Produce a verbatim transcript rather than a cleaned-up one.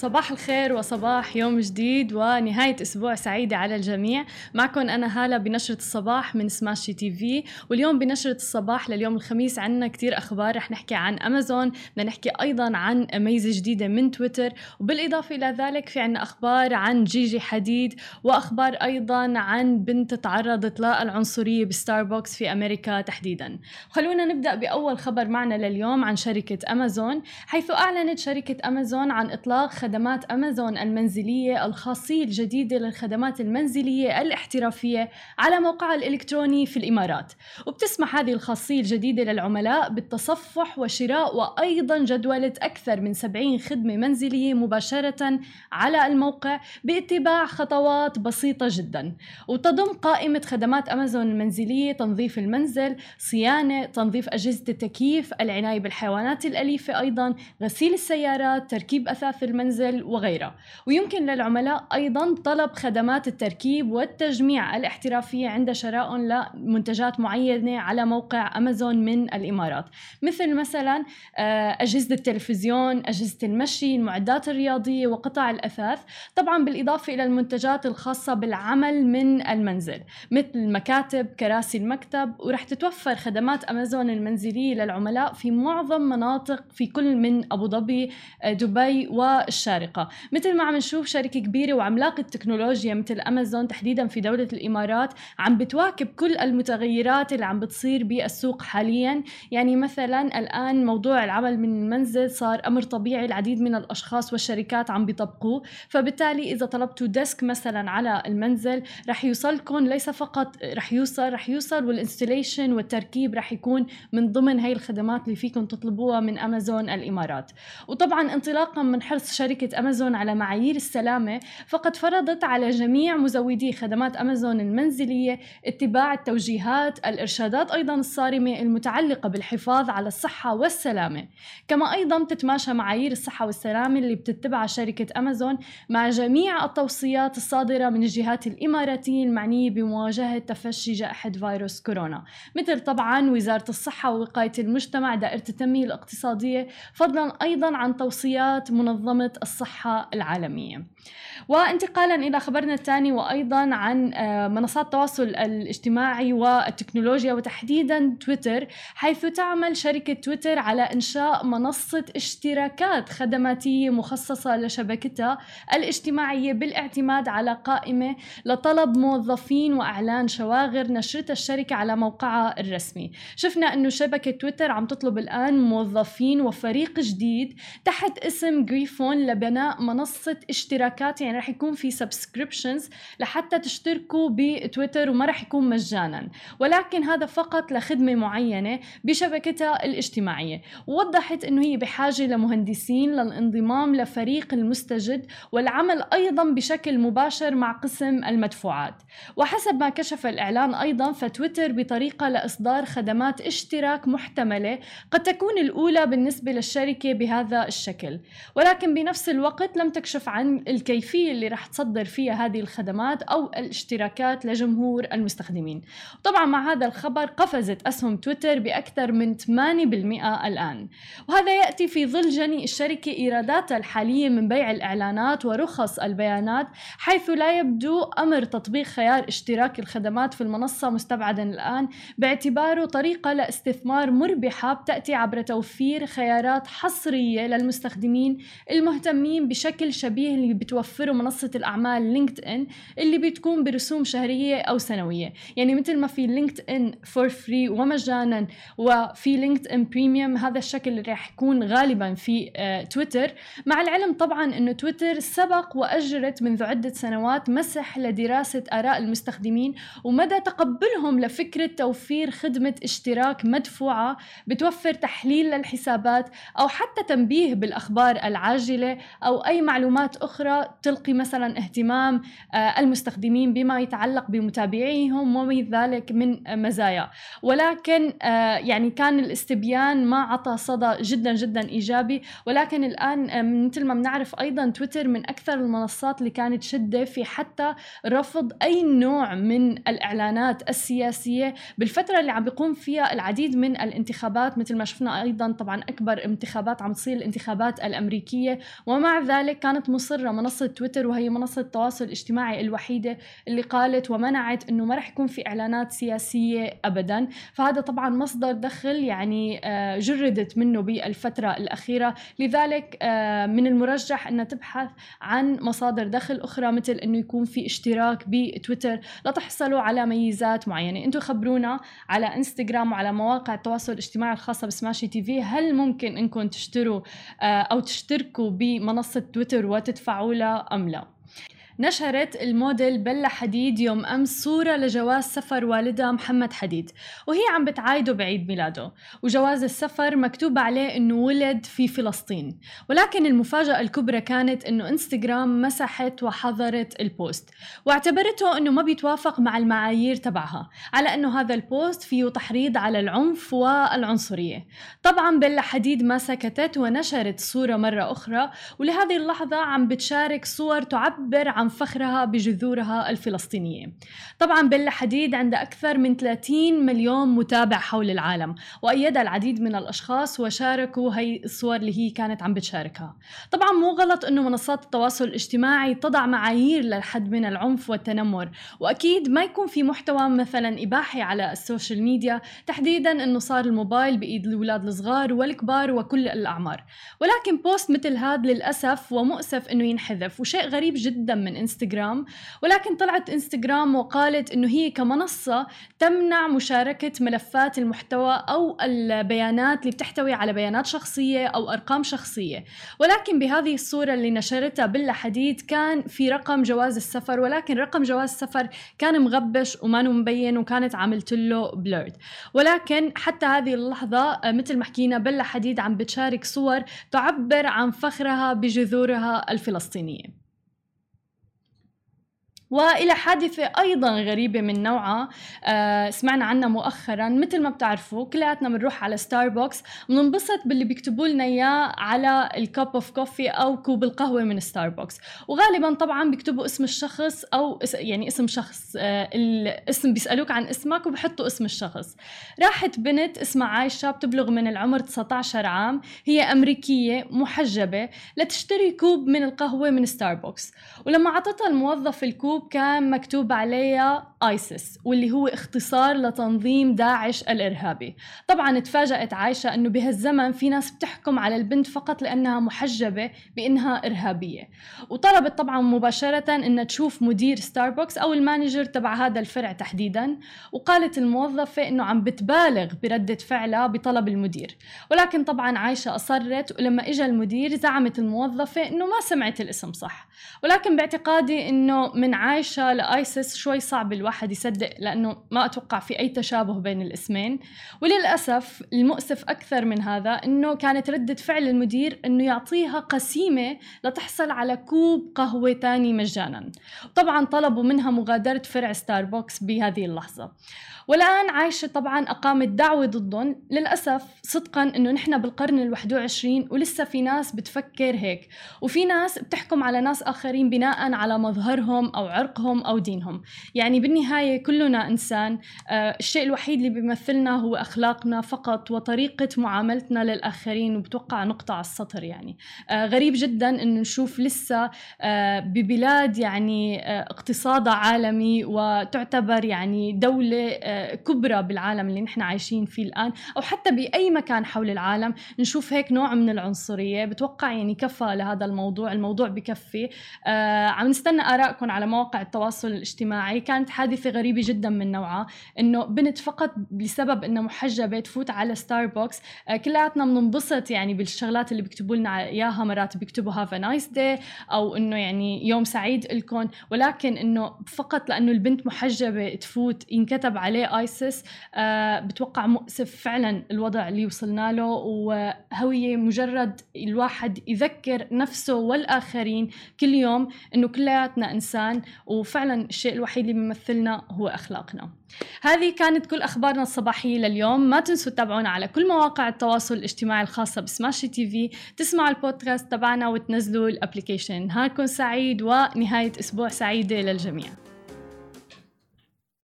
صباح الخير وصباح يوم جديد ونهاية أسبوع سعيدة على الجميع. معكم أنا هالة بنشرة الصباح من سماشي تي في، واليوم بنشرة الصباح لليوم الخميس عنا كتير أخبار. رح نحكي عن أمازون، بدنا نحكي أيضا عن ميزة جديدة من تويتر، وبالإضافة إلى ذلك في عنا أخبار عن جيجي حديد، وأخبار أيضا عن بنت تعرضت للعنصرية بستاربكس في أمريكا تحديدا. خلونا نبدأ بأول خبر معنا لليوم عن شركة أمازون، حيث أعلنت شركة أمازون عن إطلاق خدمات أمازون المنزلية الخاصية الجديدة للخدمات المنزلية الاحترافية على موقعها الإلكتروني في الإمارات. وبتسمح هذه الخاصية الجديدة للعملاء بالتصفح وشراء وأيضا جدولة أكثر من سبعين خدمة منزلية مباشرة على الموقع باتباع خطوات بسيطة جدا. وتضم قائمة خدمات أمازون المنزلية تنظيف المنزل، صيانة، تنظيف أجهزة التكييف، العناية بالحيوانات الأليفة، أيضا غسيل السيارات، تركيب أثاث المنزل وغيرها. ويمكن للعملاء أيضا طلب خدمات التركيب والتجميع الاحترافية عند شراء لمنتجات معينة على موقع أمازون من الإمارات، مثل مثلا أجهزة التلفزيون، أجهزة المشي، المعدات الرياضية وقطع الأثاث، طبعا بالإضافة إلى المنتجات الخاصة بالعمل من المنزل مثل مكاتب، كراسي المكتب. ورح تتوفر خدمات أمازون المنزلية للعملاء في معظم مناطق في كل من أبو ظبي، دبي والشارقة. مثل ما عم نشوف شركة كبيرة وعملاقة التكنولوجيا مثل أمازون تحديدا في دولة الإمارات عم بتواكب كل المتغيرات اللي عم بتصير بالسوق حاليا. يعني مثلا الآن موضوع العمل من المنزل صار أمر طبيعي، العديد من الأشخاص والشركات عم بيطبقوه، فبالتالي إذا طلبتوا ديسك مثلا على المنزل رح يوصلكم، ليس فقط رح يوصل رح يوصل والإنستليشن والتركيب رح يكون من ضمن هاي الخدمات اللي فيكم تطلبوها من أمازون الإمارات. وطبعا انطلاقا من حرص شركة أمازون على معايير السلامة، فقد فرضت على جميع مزودي خدمات أمازون المنزلية اتباع التوجيهات، الإرشادات أيضا الصارمة المتعلقة بالحفاظ على الصحة والسلامة. كما أيضا تتماشى معايير الصحة والسلامة اللي بتتبعها شركة أمازون مع جميع التوصيات الصادرة من الجهات الإماراتية المعنية بمواجهة تفشي جائحة فيروس كورونا، مثل طبعا وزارة الصحة ووقاية المجتمع، دائرة التنمية الاقتصادية، فضلا أيضا عن توصيات منظمة الصحة العالمية. وانتقالا إلى خبرنا الثاني وأيضا عن منصات التواصل الاجتماعي والتكنولوجيا وتحديدا تويتر، حيث تعمل شركة تويتر على إنشاء منصة اشتراكات خدماتية مخصصة لشبكتها الاجتماعية بالاعتماد على قائمة لطلب موظفين وإعلان شواغر نشرتها الشركة على موقعها الرسمي. شفنا أنه شبكة تويتر عم تطلب الآن موظفين وفريق جديد تحت اسم جريفون لبناء منصة اشتراكات، يعني رح يكون في سبسكريبشنز لحتى تشتركوا بتويتر وما رح يكون مجانا، ولكن هذا فقط لخدمة معينة بشبكتها الاجتماعية. ووضحت أنه هي بحاجة لمهندسين للانضمام لفريق المستجد والعمل أيضا بشكل مباشر مع قسم المدفوعات. وحسب ما كشف الإعلان أيضا فتويتر بطريقة لإصدار خدمات اشتراك محتملة قد تكون الأولى بالنسبة للشركة بهذا الشكل، ولكن بنفس الوقت لم تكشف عن الكيفية اللي رح تصدر فيها هذه الخدمات أو الاشتراكات لجمهور المستخدمين. طبعا مع هذا الخبر قفزت أسهم تويتر بأكثر من ثمانية بالمئة الآن، وهذا يأتي في ظل جني الشركة إيراداتها الحالية من بيع الإعلانات ورخص البيانات، حيث لا يبدو أمر تطبيق خيار اشتراك الخدمات في المنصة مستبعدا الآن، باعتباره طريقة لاستثمار مربحة بتأتي عبر توفير خيارات حصرية للمستخدمين المهتمين بشكل شبيه اللي بتوفره منصة الأعمال لينكد إن، اللي بتكون برسوم شهرية أو سنوية. يعني مثل ما في لينكد إن فور فري ومجانا وفي لينكد إن بريميوم، هذا الشكل اللي راح يكون غالبا في آه تويتر. مع العلم طبعا أنه تويتر سبق وأجرت منذ عدة سنوات مسح لدراسة آراء المستخدمين ومدى تقبلهم لفكرة توفير خدمة اشتراك مدفوعة بتوفر تحليل للحسابات أو حتى تنبيه بالأخبار العاجلة أو أي معلومات أخرى تلقي مثلا اهتمام المستخدمين بما يتعلق بمتابعيهم وما ذلك من مزايا. ولكن يعني كان الاستبيان ما عطى صدى جدا جدا إيجابي. ولكن الآن مثل ما بنعرف أيضا تويتر من أكثر المنصات اللي كانت شدة في حتى رفض أي نوع من الإعلانات السياسية بالفترة اللي عم بيقوم فيها العديد من الانتخابات، مثل ما شفنا أيضا طبعا أكبر انتخابات عم تصير الانتخابات الأمريكية ومع ذلك كانت مصرة منصة تويتر، وهي منصة التواصل الاجتماعي الوحيدة اللي قالت ومنعت إنه ما رح يكون في إعلانات سياسية أبداً. فهذا طبعاً مصدر دخل يعني جردت منه بالفترة الأخيرة، لذلك من المرجح أن تبحث عن مصادر دخل أخرى، مثل أنه يكون في اشتراك بتويتر لتحصلوا على ميزات معينة. أنتوا خبرونا على انستغرام وعلى مواقع التواصل الاجتماعي الخاصة بسماشي تي في، هل ممكن أنكم تشتروا أو تشتركوا بمنصة تويتر وتدفعوا لها أم لا؟ نشرت الموديل بلا حديد يوم أمس صورة لجواز سفر والدها محمد حديد، وهي عم بتعايده بعيد ميلاده، وجواز السفر مكتوب عليه إنه ولد في فلسطين. ولكن المفاجأة الكبرى كانت إنه إنستغرام مسحت وحظرت البوست، واعتبرته إنه ما بيتوافق مع المعايير تبعها، على إنه هذا البوست فيه تحريض على العنف والعنصرية. طبعاً بلا حديد ما سكتت ونشرت صورة مرة أخرى، ولهذه اللحظة عم بتشارك صور تعبر عن فخرها بجذورها الفلسطينية. طبعاً بلا حديد عندها أكثر من ثلاثين مليون متابع حول العالم، وأيدها العديد من الأشخاص وشاركوا هي الصور اللي هي كانت عم بتشاركها. طبعاً مو غلط إنه منصات التواصل الاجتماعي تضع معايير للحد من العنف والتنمر، وأكيد ما يكون في محتوى مثلاً إباحي على السوشيال ميديا، تحديداً إنه صار الموبايل بإيد الأولاد الصغار والكبار وكل الأعمار. ولكن بوست مثل هذا للأسف ومؤسف إنه ينحذف، وشيء غريب جداً من إنستغرام. ولكن طلعت إنستغرام وقالت إنه هي كمنصة تمنع مشاركة ملفات المحتوى أو البيانات اللي بتحتوي على بيانات شخصية أو أرقام شخصية. ولكن بهذه الصورة اللي نشرتها بلا حديد كان في رقم جواز السفر، ولكن رقم جواز السفر كان مغبش وما مبين، وكانت عملت له بلورد. ولكن حتى هذه اللحظة مثل ما حكينا بلا حديد عم بتشارك صور تعبر عن فخرها بجذورها الفلسطينية. وإلى حادثة أيضاً غريبة من نوعها آه سمعنا عنها مؤخراً. مثل ما بتعرفوا كلياتنا بنروح على ستاربكس وننبسط باللي بيكتبوا لنا إياه على الكوب أوف كوفي أو كوب القهوة من ستاربكس، وغالباً طبعاً بيكتبوا اسم الشخص أو يعني اسم شخص، آه الاسم بيسألوك عن اسمك وبحطوا اسم الشخص. راحت بنت اسمها عايشة بتبلغ من العمر تسعة عشر عام، هي أمريكية محجبة، لتشتري كوب من القهوة من ستاربكس. ولما عطتها الموظف الكوب كان مكتوب عليها آيسيس، واللي هو اختصار لتنظيم داعش الإرهابي. طبعا تفاجأت عايشة أنه بهالزمن في ناس بتحكم على البنت فقط لأنها محجبة بأنها إرهابية، وطلبت طبعا مباشرة أنها تشوف مدير ستاربكس أو المانجر تبع هذا الفرع تحديدا. وقالت الموظفة أنه عم بتبالغ بردة فعلها بطلب المدير، ولكن طبعا عايشة أصرت، ولما إجا المدير زعمت الموظفة أنه ما سمعت الاسم صح. ولكن باعتقادي أنه من عايشة لآيسيس شوي صعب الواحد يصدق، لأنه ما أتوقع في أي تشابه بين الاسمين. وللأسف المؤسف أكثر من هذا أنه كانت ردة فعل المدير أنه يعطيها قسيمة لتحصل على كوب قهوة تاني مجانا. طبعا طلبوا منها مغادرة فرع ستاربكس بهذه اللحظة. والآن عايشة طبعاً أقامت دعوة ضدهم. للأسف صدقاً إنه نحن بالقرن الواحد والعشرين ولسه في ناس بتفكر هيك، وفي ناس بتحكم على ناس آخرين بناءً على مظهرهم أو عرقهم أو دينهم. يعني بالنهاية كلنا إنسان، آه الشيء الوحيد اللي بيمثلنا هو أخلاقنا فقط وطريقة معاملتنا للآخرين. وبتوقع نقطة على السطر يعني آه غريب جداً إنه نشوف لسه آه ببلاد يعني آه اقتصادها عالمي وتعتبر يعني دولة آه كبرى بالعالم اللي نحن عايشين فيه الآن، أو حتى بأي مكان حول العالم نشوف هيك نوع من العنصرية. بتوقع يعني كفى لهذا الموضوع، الموضوع بكفي. آه عم نستنى آرائكم على مواقع التواصل الاجتماعي. كانت حادثة غريبة جدا من نوعها، إنه بنت فقط بسبب إنها محجبة تفوت على ستاربكس. آه كلياتنا بننبسط يعني بالشغلات اللي بيكتبوا لنا إياها، مرات بيكتبوا have a nice day أو إنه يعني يوم سعيد لكم، ولكن إنه فقط لأنه البنت محجبة تفوت ينكتب عليه آيسيس. آه بتوقع مؤسف فعلا الوضع اللي وصلنا له، وهوية مجرد الواحد يذكر نفسه والآخرين كل يوم إنه كلياتنا إنسان، وفعلا الشيء الوحيد اللي بيمثلنا هو أخلاقنا. هذه كانت كل أخبارنا الصباحية لليوم. ما تنسوا تتابعونا على كل مواقع التواصل الاجتماعي الخاصة بسماشي تي في، تسمعوا البودكاست تبعنا وتنزلوا الابليكيشن. نهاركم سعيد ونهاية أسبوع سعيدة للجميع.